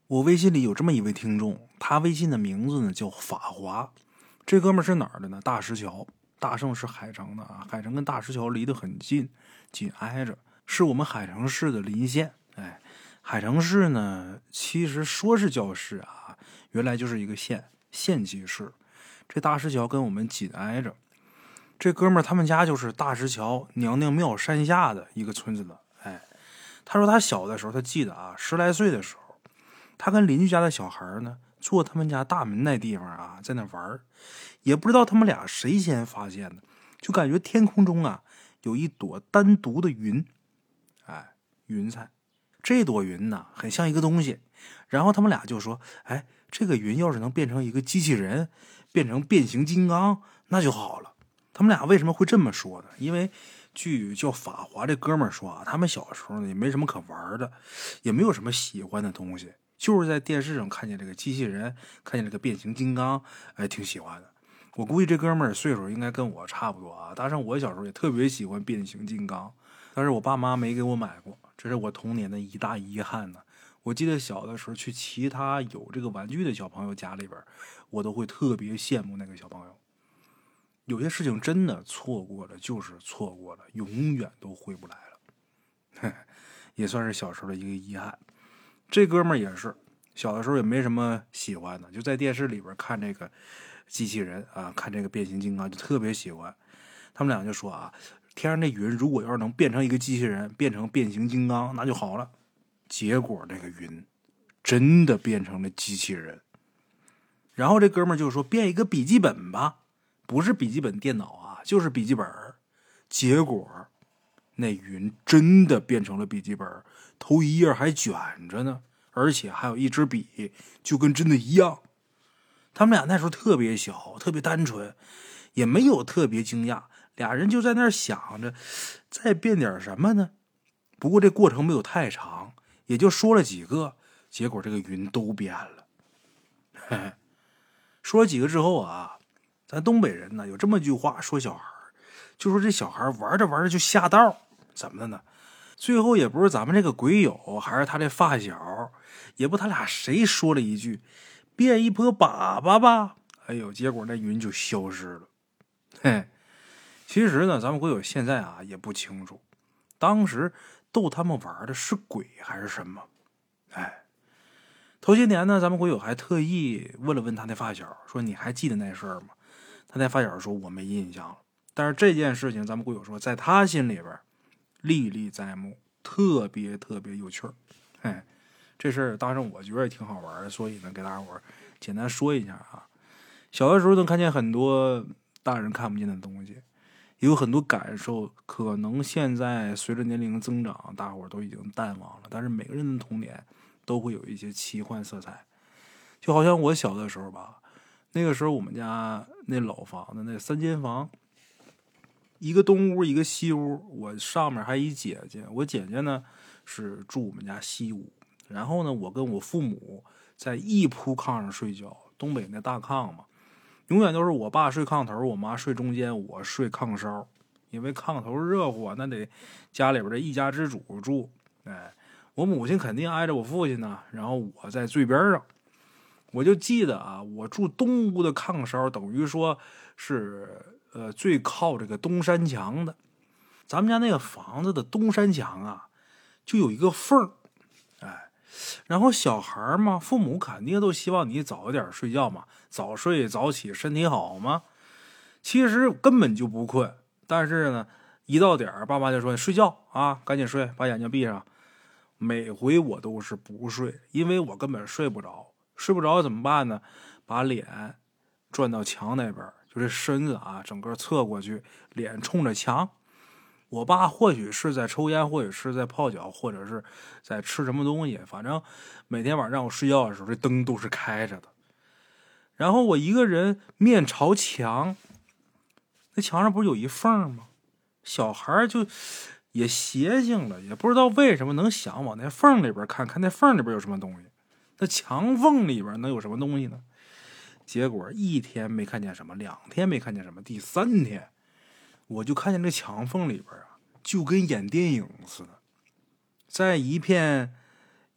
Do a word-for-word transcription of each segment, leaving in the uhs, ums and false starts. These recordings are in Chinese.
我微信里有这么一位听众，他微信的名字呢叫法华。这哥们儿是哪儿的呢？大石桥。大圣是海城的啊，海城跟大石桥离得很近，紧挨着，是我们海城市的邻县。哎，海城市呢，其实说是叫市啊，原来就是一个县，县级市。这大石桥跟我们紧挨着。这哥们儿他们家就是大石桥娘娘庙山下的一个村子的。哎，他说他小的时候，他记得啊，十来岁的时候，他跟邻居家的小孩呢，坐他们家大门那地方啊，在那玩，也不知道他们俩谁先发现的，就感觉天空中啊有一朵单独的云，哎，云彩。这朵云呢，很像一个东西。然后他们俩就说：“哎，这个云要是能变成一个机器人，变成变形金刚，那就好了。”他们俩为什么会这么说呢？因为据叫法华这哥们儿说啊，他们小时候呢也没什么可玩的，也没有什么喜欢的东西。就是在电视上看见这个机器人，看见这个变形金刚，哎，挺喜欢的。我估计这哥们儿岁数应该跟我差不多啊。当然，我小时候也特别喜欢变形金刚，但是我爸妈没给我买过，这是我童年的一大遗憾呢。我记得小的时候去其他有这个玩具的小朋友家里边，我都会特别羡慕那个小朋友。有些事情真的错过了就是错过了，永远都回不来了。也算是小时候的一个遗憾。这哥们儿也是小的时候也没什么喜欢的，就在电视里边看这个机器人啊，看这个变形金刚就特别喜欢。他们俩就说啊，天上这云如果要是能变成一个机器人，变成变形金刚那就好了。结果这个云真的变成了机器人。然后这哥们儿就说变一个笔记本吧，不是笔记本电脑啊，就是笔记本。结果那云真的变成了笔记本，头一页还卷着呢，而且还有一支笔，就跟真的一样。他们俩那时候特别小，特别单纯，也没有特别惊讶，俩人就在那儿想着再变点什么呢。不过这过程没有太长，也就说了几个，结果这个云都变了。嘿嘿，说了几个之后啊，咱东北人呢有这么句话说小孩，就说这小孩玩着玩着就下道，怎么的呢？最后也不是咱们这个鬼友，还是他这发小，也不他俩谁说了一句变一泼粑粑吧，哎呦，结果那云就消失了。嘿，其实呢，咱们鬼友现在啊也不清楚，当时逗他们玩的是鬼还是什么。哎，头些年呢，咱们鬼友还特意问了问他那发小，说你还记得那事儿吗？他那发小说我没印象了。但是这件事情，咱们鬼友说，在他心里边历历在目，特别特别有趣儿。哎，这事儿当时我觉得也挺好玩的，所以呢，给大家伙简单说一下啊。小的时候能看见很多大人看不见的东西，也有很多感受，可能现在随着年龄增长，大伙都已经淡忘了。但是每个人的童年都会有一些奇幻色彩，就好像我小的时候吧，那个时候我们家那老房子那三间房。一个东屋，一个西屋，我上面还一姐姐，我姐姐呢是住我们家西屋，然后呢，我跟我父母在一铺炕上睡觉，东北那大炕嘛，永远都是我爸睡炕头，我妈睡中间，我睡炕梢，因为炕头热乎，那得家里边的一家之主住，哎，我母亲肯定挨着我父亲呢，然后我在最边上。我就记得啊，我住东屋的炕梢，等于说是。呃，最靠这个东山墙的，咱们家那个房子的东山墙啊，就有一个缝，哎，然后小孩嘛，父母肯定都希望你早点睡觉嘛，早睡早起，身体好嘛。其实根本就不困，但是呢，一到点儿，爸妈就说睡觉啊，赶紧睡，把眼睛闭上。每回我都是不睡，因为我根本睡不着，睡不着怎么办呢？把脸转到墙那边。就这身子啊，整个侧过去，脸冲着墙。我爸或许是在抽烟，或者是在泡脚，或者是在吃什么东西。反正每天晚上让我睡觉的时候，这灯都是开着的。然后我一个人面朝墙，那墙上不是有一缝吗？小孩就也邪性了，也不知道为什么能想往那缝里边看看，那缝里边有什么东西。那墙缝里边能有什么东西呢？结果一天没看见什么，两天没看见什么，第三天我就看见这墙缝里边啊，就跟演电影似的，在一片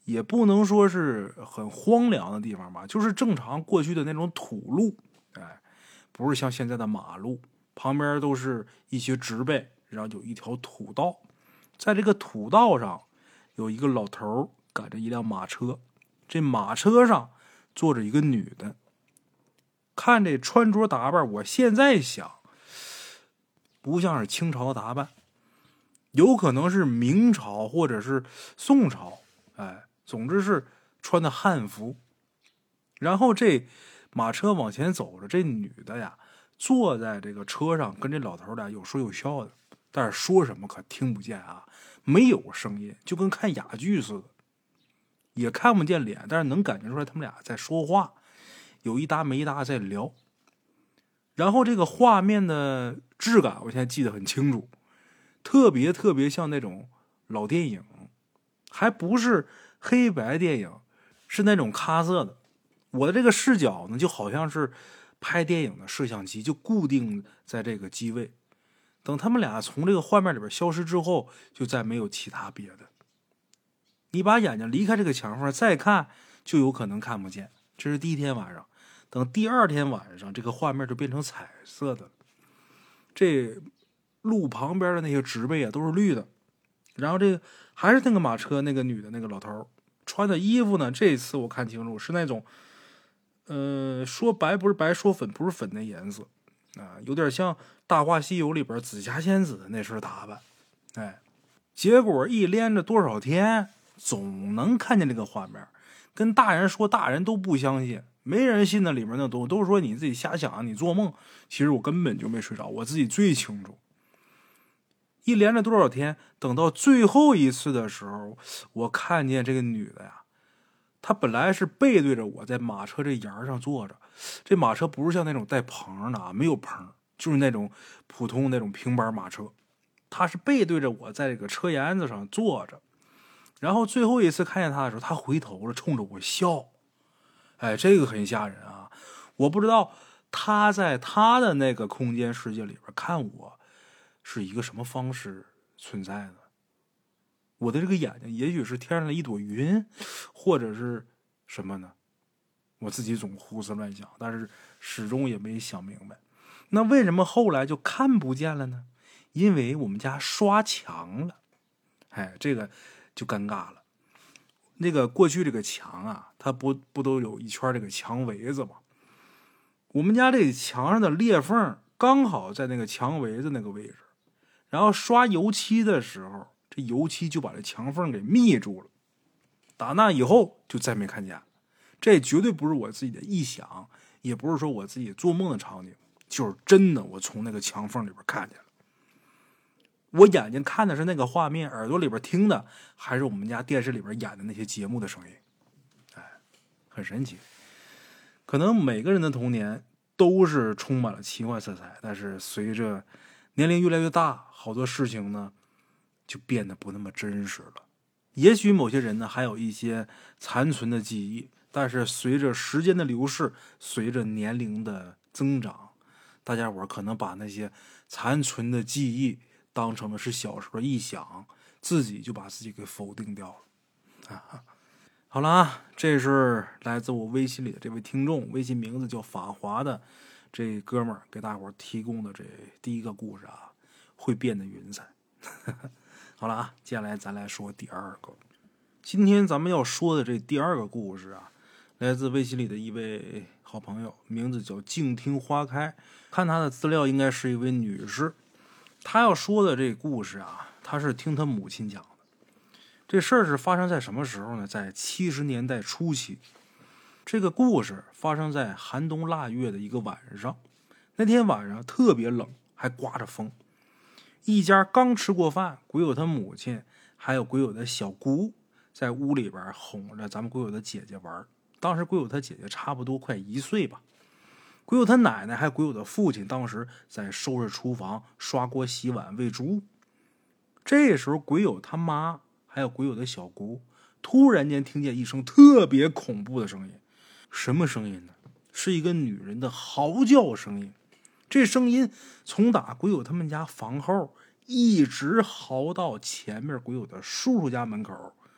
也不能说是很荒凉的地方吧，就是正常过去的那种土路，哎，不是像现在的马路，旁边都是一些植被，然后有一条土道，在这个土道上有一个老头赶着一辆马车，这马车上坐着一个女的。看这穿着打扮，我现在想不像是清朝的打扮，有可能是明朝或者是宋朝，哎，总之是穿的汉服。然后这马车往前走着，这女的呀坐在这个车上，跟这老头俩有说有笑的，但是说什么可听不见啊，没有声音，就跟看哑剧似的，也看不见脸，但是能感觉出来他们俩在说话，有一搭没一搭在聊。然后这个画面的质感我现在记得很清楚，特别特别像那种老电影，还不是黑白电影，是那种咖色的。我的这个视角呢，就好像是拍电影的摄像机，就固定在这个机位。等他们俩从这个画面里边消失之后，就再没有其他别的。你把眼睛离开这个墙缝再看，就有可能看不见。这是第一天晚上。等第二天晚上，这个画面就变成彩色的了。这路旁边的那些植被啊，都是绿的。然后这个还是那个马车，那个女的那个老头穿的衣服呢，这次我看清楚是那种，呃，说白不是白，说粉不是粉的颜色啊，有点像《大话西游》里边紫霞仙子的那身打扮。哎，结果一连着多少天，总能看见这个画面，跟大人说，大人都不相信。没人信那里面那东西，都说你自己瞎想，你做梦。其实我根本就没睡着，我自己最清楚。一连着多少天，等到最后一次的时候，我看见这个女的呀，她本来是背对着我在马车这沿上坐着。这马车不是像那种带棚的啊，没有棚，就是那种普通那种平板马车。她是背对着我在这个车沿子上坐着。然后最后一次看见她的时候，她回头了，冲着我笑。哎，这个很吓人啊！我不知道他在他的那个空间世界里边看我是一个什么方式存在的。我的这个眼睛也许是天上的一朵云，或者是什么呢？我自己总胡思乱想，但是始终也没想明白。那为什么后来就看不见了呢？因为我们家刷墙了。哎，这个就尴尬了。那个过去这个墙啊，它不不都有一圈这个墙围子吗？我们家这个墙上的裂缝刚好在那个墙围子那个位置，然后刷油漆的时候，这油漆就把这墙缝给密住了。打那以后就再没看见。这绝对不是我自己的臆想，也不是说我自己做梦的场景，就是真的，我从那个墙缝里边看见了。我眼睛看的是那个画面，耳朵里边听的还是我们家电视里边演的那些节目的声音。哎，很神奇。可能每个人的童年都是充满了奇幻色彩，但是随着年龄越来越大，好多事情呢就变得不那么真实了。也许某些人呢还有一些残存的记忆，但是随着时间的流逝，随着年龄的增长，大家伙可能把那些残存的记忆当成的是小时候的臆想，自己就把自己给否定掉了。啊，好了啊，这是来自我微信里的这位听众，微信名字叫法华的这哥们儿给大伙儿提供的这第一个故事啊，会变的云彩。好了啊，接下来咱来说第二个。今天咱们要说的这第二个故事啊，来自微信里的一位好朋友，名字叫静听花开。看他的资料，应该是一位女士。他要说的这故事啊，他是听他母亲讲的。这事儿是发生在什么时候呢？在七十年代初期。这个故事发生在寒冬腊月的一个晚上。那天晚上特别冷，还刮着风。一家刚吃过饭，鬼友他母亲还有鬼友的小姑在屋里边哄着咱们鬼友的姐姐玩。当时鬼友他姐姐差不多快一岁吧。鬼友他奶奶还有鬼友的父亲当时在收拾厨房、刷锅洗碗、喂猪。这时候鬼友他妈还有鬼友的小姑突然间听见一声特别恐怖的声音。什么声音呢？是一个女人的嚎叫声音。这声音从打鬼友他们家房后一直嚎到前面鬼友的叔叔家门口。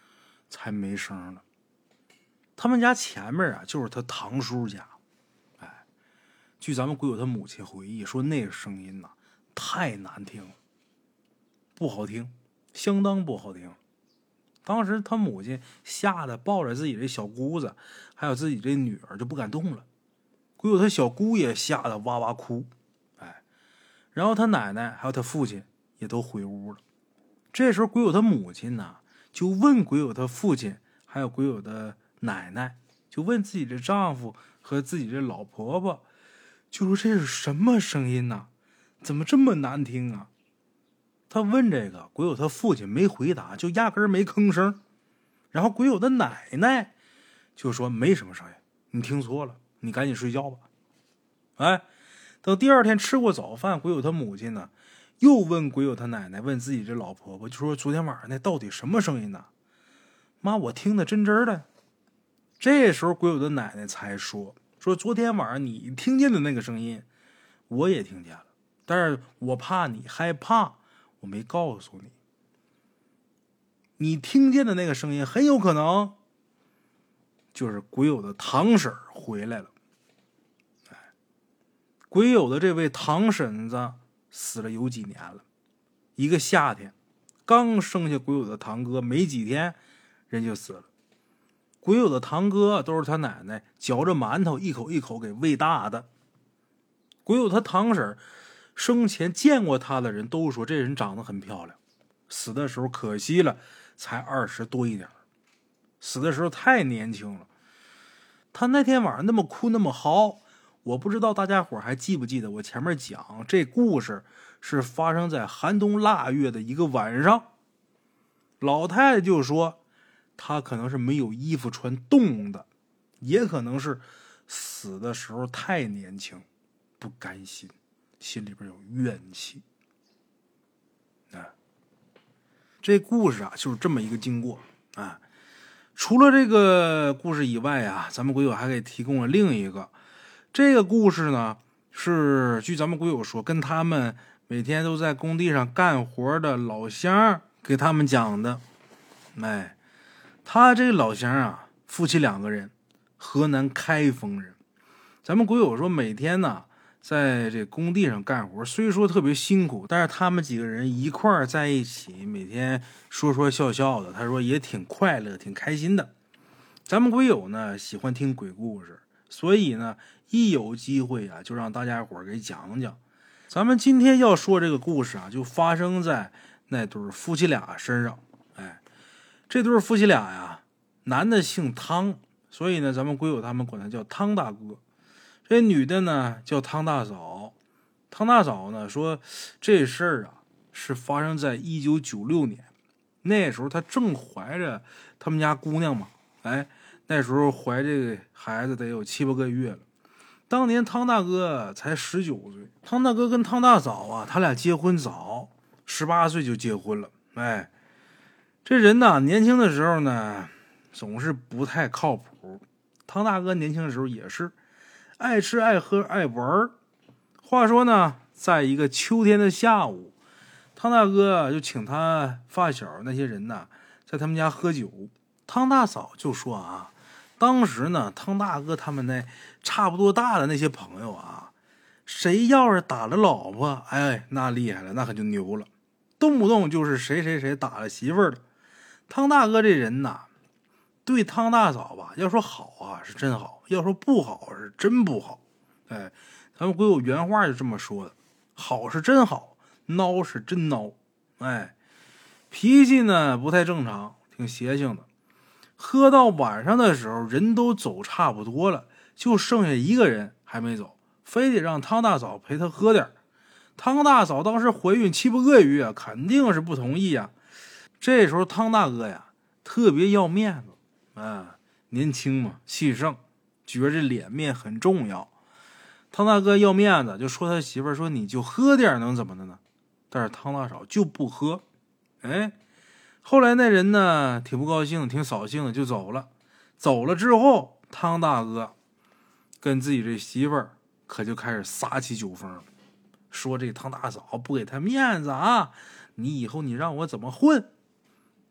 才没声了。他们家前面啊就是他堂叔家。哎，据咱们鬼友他母亲回忆说，那个声音呐、啊、太难听了，不好听，相当不好听。当时他母亲吓得抱着自己这小姑子还有自己这女儿就不敢动了，鬼友他小姑也吓得哇哇哭。哎，然后他奶奶还有他父亲也都回屋了。这时候鬼友他母亲呢就问鬼友他父亲还有鬼友的奶奶，就问自己的丈夫和自己的老婆婆，就说这是什么声音呢、啊？怎么这么难听啊？他问这个鬼友他父亲没回答，就压根儿没吭声。然后鬼友的奶奶就说没什么声音，你听错了，你赶紧睡觉吧。哎，等第二天吃过早饭，鬼友他母亲呢又问鬼友他奶奶，问自己这老婆婆，就说昨天晚上那到底什么声音呢？妈，我听得真真的。这时候鬼友的奶奶才说说昨天晚上你听见的那个声音我也听见了，但是我怕你害怕，我没告诉你。你听见的那个声音很有可能就是鬼友的堂婶回来了。哎，鬼友的这位堂婶子死了有几年了，一个夏天刚生下鬼友的堂哥没几天人就死了。鬼友的堂哥都是他奶奶嚼着馒头一口一口给喂大的。鬼友他堂婶生前见过他的人都说这人长得很漂亮，死的时候可惜了，才二十多一点，死的时候太年轻了。他那天晚上那么哭那么嚎，我不知道大家伙还记不记得我前面讲这故事是发生在寒冬腊月的一个晚上。老太太就说他可能是没有衣服穿冻的，也可能是死的时候太年轻不甘心，心里边有怨气。啊，这故事啊就是这么一个经过啊。除了这个故事以外啊，咱们鬼友还给提供了另一个。这个故事呢是据咱们鬼友说跟他们每天都在工地上干活的老乡给他们讲的。哎，他这个老乡啊夫妻两个人，河南开封人。咱们鬼友说每天呢在这工地上干活，虽说特别辛苦，但是他们几个人一块儿在一起，每天说说笑笑的，他说也挺快乐挺开心的。咱们鬼友呢喜欢听鬼故事，所以呢一有机会啊就让大家伙给讲讲。咱们今天要说这个故事啊就发生在那对夫妻俩身上。哎，这对夫妻俩呀，男的姓汤，所以呢咱们鬼友他们管他叫汤大哥。这女的呢叫汤大嫂。汤大嫂呢说这事儿啊是发生在一九九六年，那时候她正怀着他们家姑娘嘛。哎，那时候怀这个孩子得有七八个月了。当年汤大哥才十九岁，汤大哥跟汤大嫂啊他俩结婚早，十八岁就结婚了。哎，这人呢年轻的时候呢总是不太靠谱。汤大哥年轻的时候也是爱吃爱喝爱玩。话说呢在一个秋天的下午，汤大哥就请他发小那些人呢在他们家喝酒。汤大嫂就说啊，当时呢汤大哥他们那差不多大的那些朋友啊，谁要是打了老婆，哎，那厉害了，那可就牛了，动不动就是谁谁谁打了媳妇儿了。汤大哥这人呐对汤大嫂吧，要说好啊是真好，要说不好是真不好。哎，咱们鬼友原话就这么说的，好是真好，孬是真孬。哎，脾气呢不太正常，挺邪性的。喝到晚上的时候人都走差不多了，就剩下一个人还没走，非得让汤大嫂陪他喝点。汤大嫂当时怀孕七八个月，肯定是不同意啊。这时候汤大哥呀特别要面子啊，年轻嘛气盛，觉得这脸面很重要。汤大哥要面子，就说他媳妇儿说你就喝点能怎么的呢？但是汤大嫂就不喝。哎，后来那人呢挺不高兴挺扫兴的就走了。走了之后，汤大哥跟自己这媳妇儿可就开始撒起酒疯了，说这汤大嫂不给他面子啊，你以后你让我怎么混。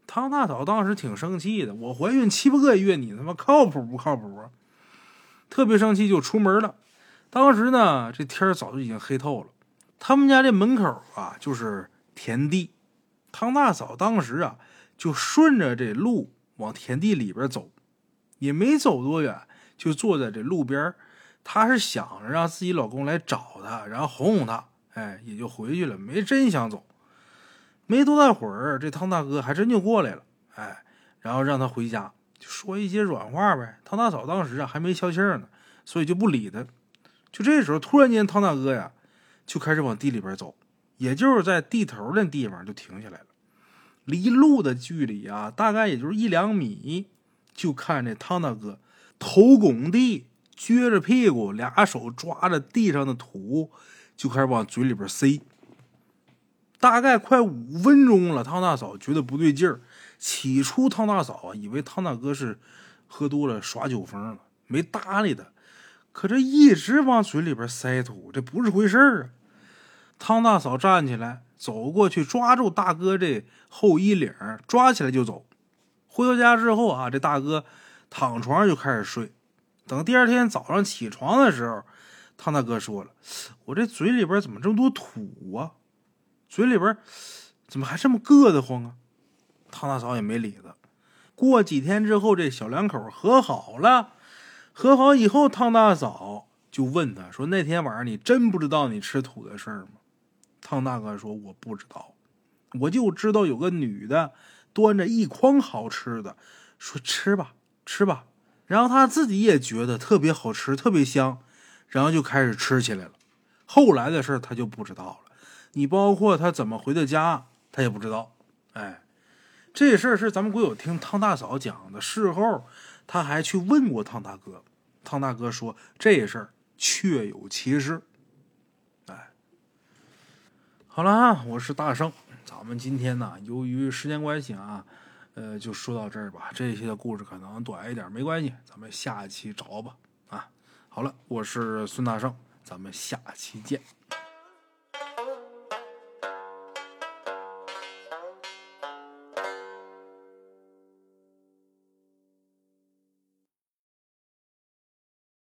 汤大嫂当时挺生气的，我怀孕七八个月，你他妈靠谱不靠谱啊？特别生气就出门了。当时呢，这天早就已经黑透了。他们家这门口啊，就是田地。汤大嫂当时啊，就顺着这路往田地里边走，也没走多远，就坐在这路边。她是想着让自己老公来找她，然后哄哄她，哎，也就回去了，没真想走。没多大会儿，这汤大哥还真就过来了，哎，然后让他回家，就说一些软话呗。汤大嫂当时啊还没消气儿呢，所以就不理他。就这时候，突然间汤大哥呀就开始往地里边走，也就是在地头那地方就停下来了。离路的距离啊，大概也就是一两米。就看这汤大哥头拱地，撅着屁股，俩手抓着地上的土，就开始往嘴里边塞。大概快五分钟了，汤大嫂觉得不对劲儿。起初汤大嫂啊，以为汤大哥是喝多了耍酒疯了，没搭理他。可这一直往嘴里边塞土，这不是回事儿啊！汤大嫂站起来，走过去抓住大哥这后衣领，抓起来就走。回到家之后啊，这大哥躺床上就开始睡。等第二天早上起床的时候，汤大哥说了：“我这嘴里边怎么这么多土啊？嘴里边怎么还这么硌得慌啊？”汤大嫂也没理他。过几天之后，这小两口和好了。和好以后，汤大嫂就问他说：“那天晚上你真不知道你吃土的事儿吗？”汤大哥说：“我不知道，我就知道有个女的端着一筐好吃的，说吃吧吃吧。然后他自己也觉得特别好吃，特别香，然后就开始吃起来了。后来的事他就不知道了，你包括他怎么回的家，他也不知道。哎，这事儿是咱们鬼友听汤大嫂讲的，事后他还去问过汤大哥，汤大哥说这事儿确有其事。哎，好了啊，我是大圣，咱们今天呢，由于时间关系啊，呃，就说到这儿吧。这些的故事可能短一点，没关系，咱们下期找吧。啊，好了，我是孙大圣，咱们下期见。